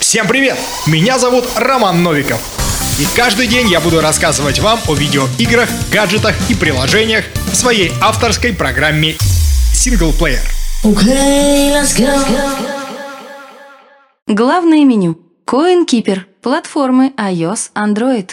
Всем привет! Меня зовут Роман Новиков. И каждый день я буду рассказывать вам о видеоиграх, гаджетах и приложениях в своей авторской программе «Синглплеер». Главное меню. CoinKeeper. Платформы iOS, Android.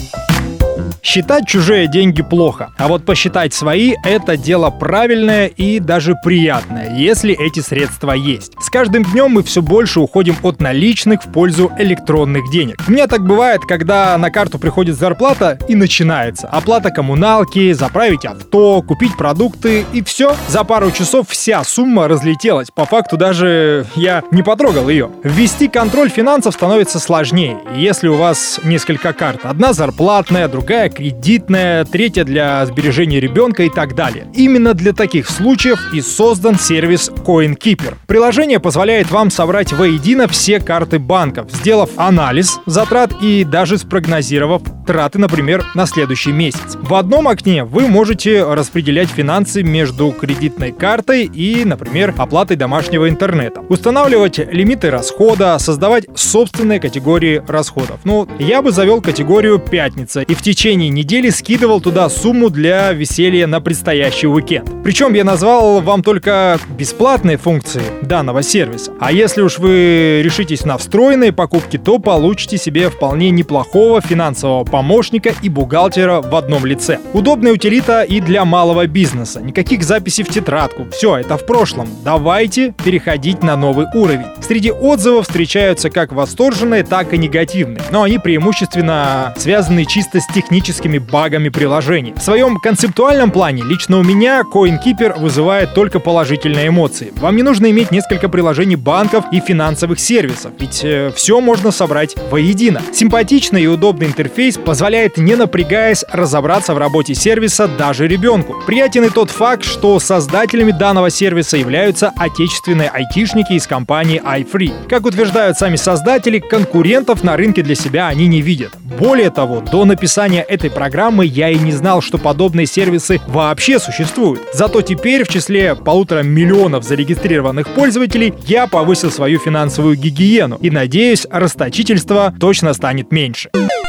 Считать чужие деньги плохо, а вот посчитать свои — это дело правильное и даже приятное, если эти средства есть. С каждым днем мы все больше уходим от наличных в пользу электронных денег. У меня так бывает, когда на карту приходит зарплата и начинается оплата коммуналки, заправить авто, купить продукты и все. За пару часов вся сумма разлетелась. По факту даже я не потрогал ее. Ввести контроль финансов становится сложнее. Если у вас несколько карт, одна зарплатная, другая кредитная, третья для сбережения ребенка и так далее. Именно для таких случаев и создан сервис CoinKeeper. Приложение позволяет вам собрать воедино все карты банков, сделав анализ затрат и даже спрогнозировав траты, например, на следующий месяц. В одном окне вы можете распределять финансы между кредитной картой и, например, оплатой домашнего интернета, устанавливать лимиты расхода, создавать собственные категории расходов. Я бы завел категорию «Пятница» и в течение недели скидывал туда сумму для веселья на предстоящий уикенд. Причем я назвал вам только бесплатные функции данного сервиса. А если уж вы решитесь на встроенные покупки, то получите себе вполне неплохого финансового помощника и бухгалтера в одном лице. Удобная утилита и для малого бизнеса. Никаких записей в тетрадку. Все, это в прошлом. Давайте переходить на новый уровень. Среди отзывов встречаются как восторженные, так и негативные. Но они преимущественно связаны чисто с техническими багами приложений. В своем концептуальном плане лично у меня CoinKeeper вызывает только положительные эмоции. Вам не нужно иметь несколько приложений банков и финансовых сервисов, ведь все можно собрать воедино. Симпатичный и удобный интерфейс позволяет, не напрягаясь, разобраться в работе сервиса даже ребенку. Приятен и тот факт, что создателями данного сервиса являются отечественные айтишники из компании iFree. Как утверждают сами создатели, конкурентов на рынке для себя они не видят. Более того, до написания этой программы я и не знал, что подобные сервисы вообще существуют. Зато теперь в числе 1,5 миллиона зарегистрированных пользователей я повысил свою финансовую гигиену и, надеюсь, расточительство точно станет меньше.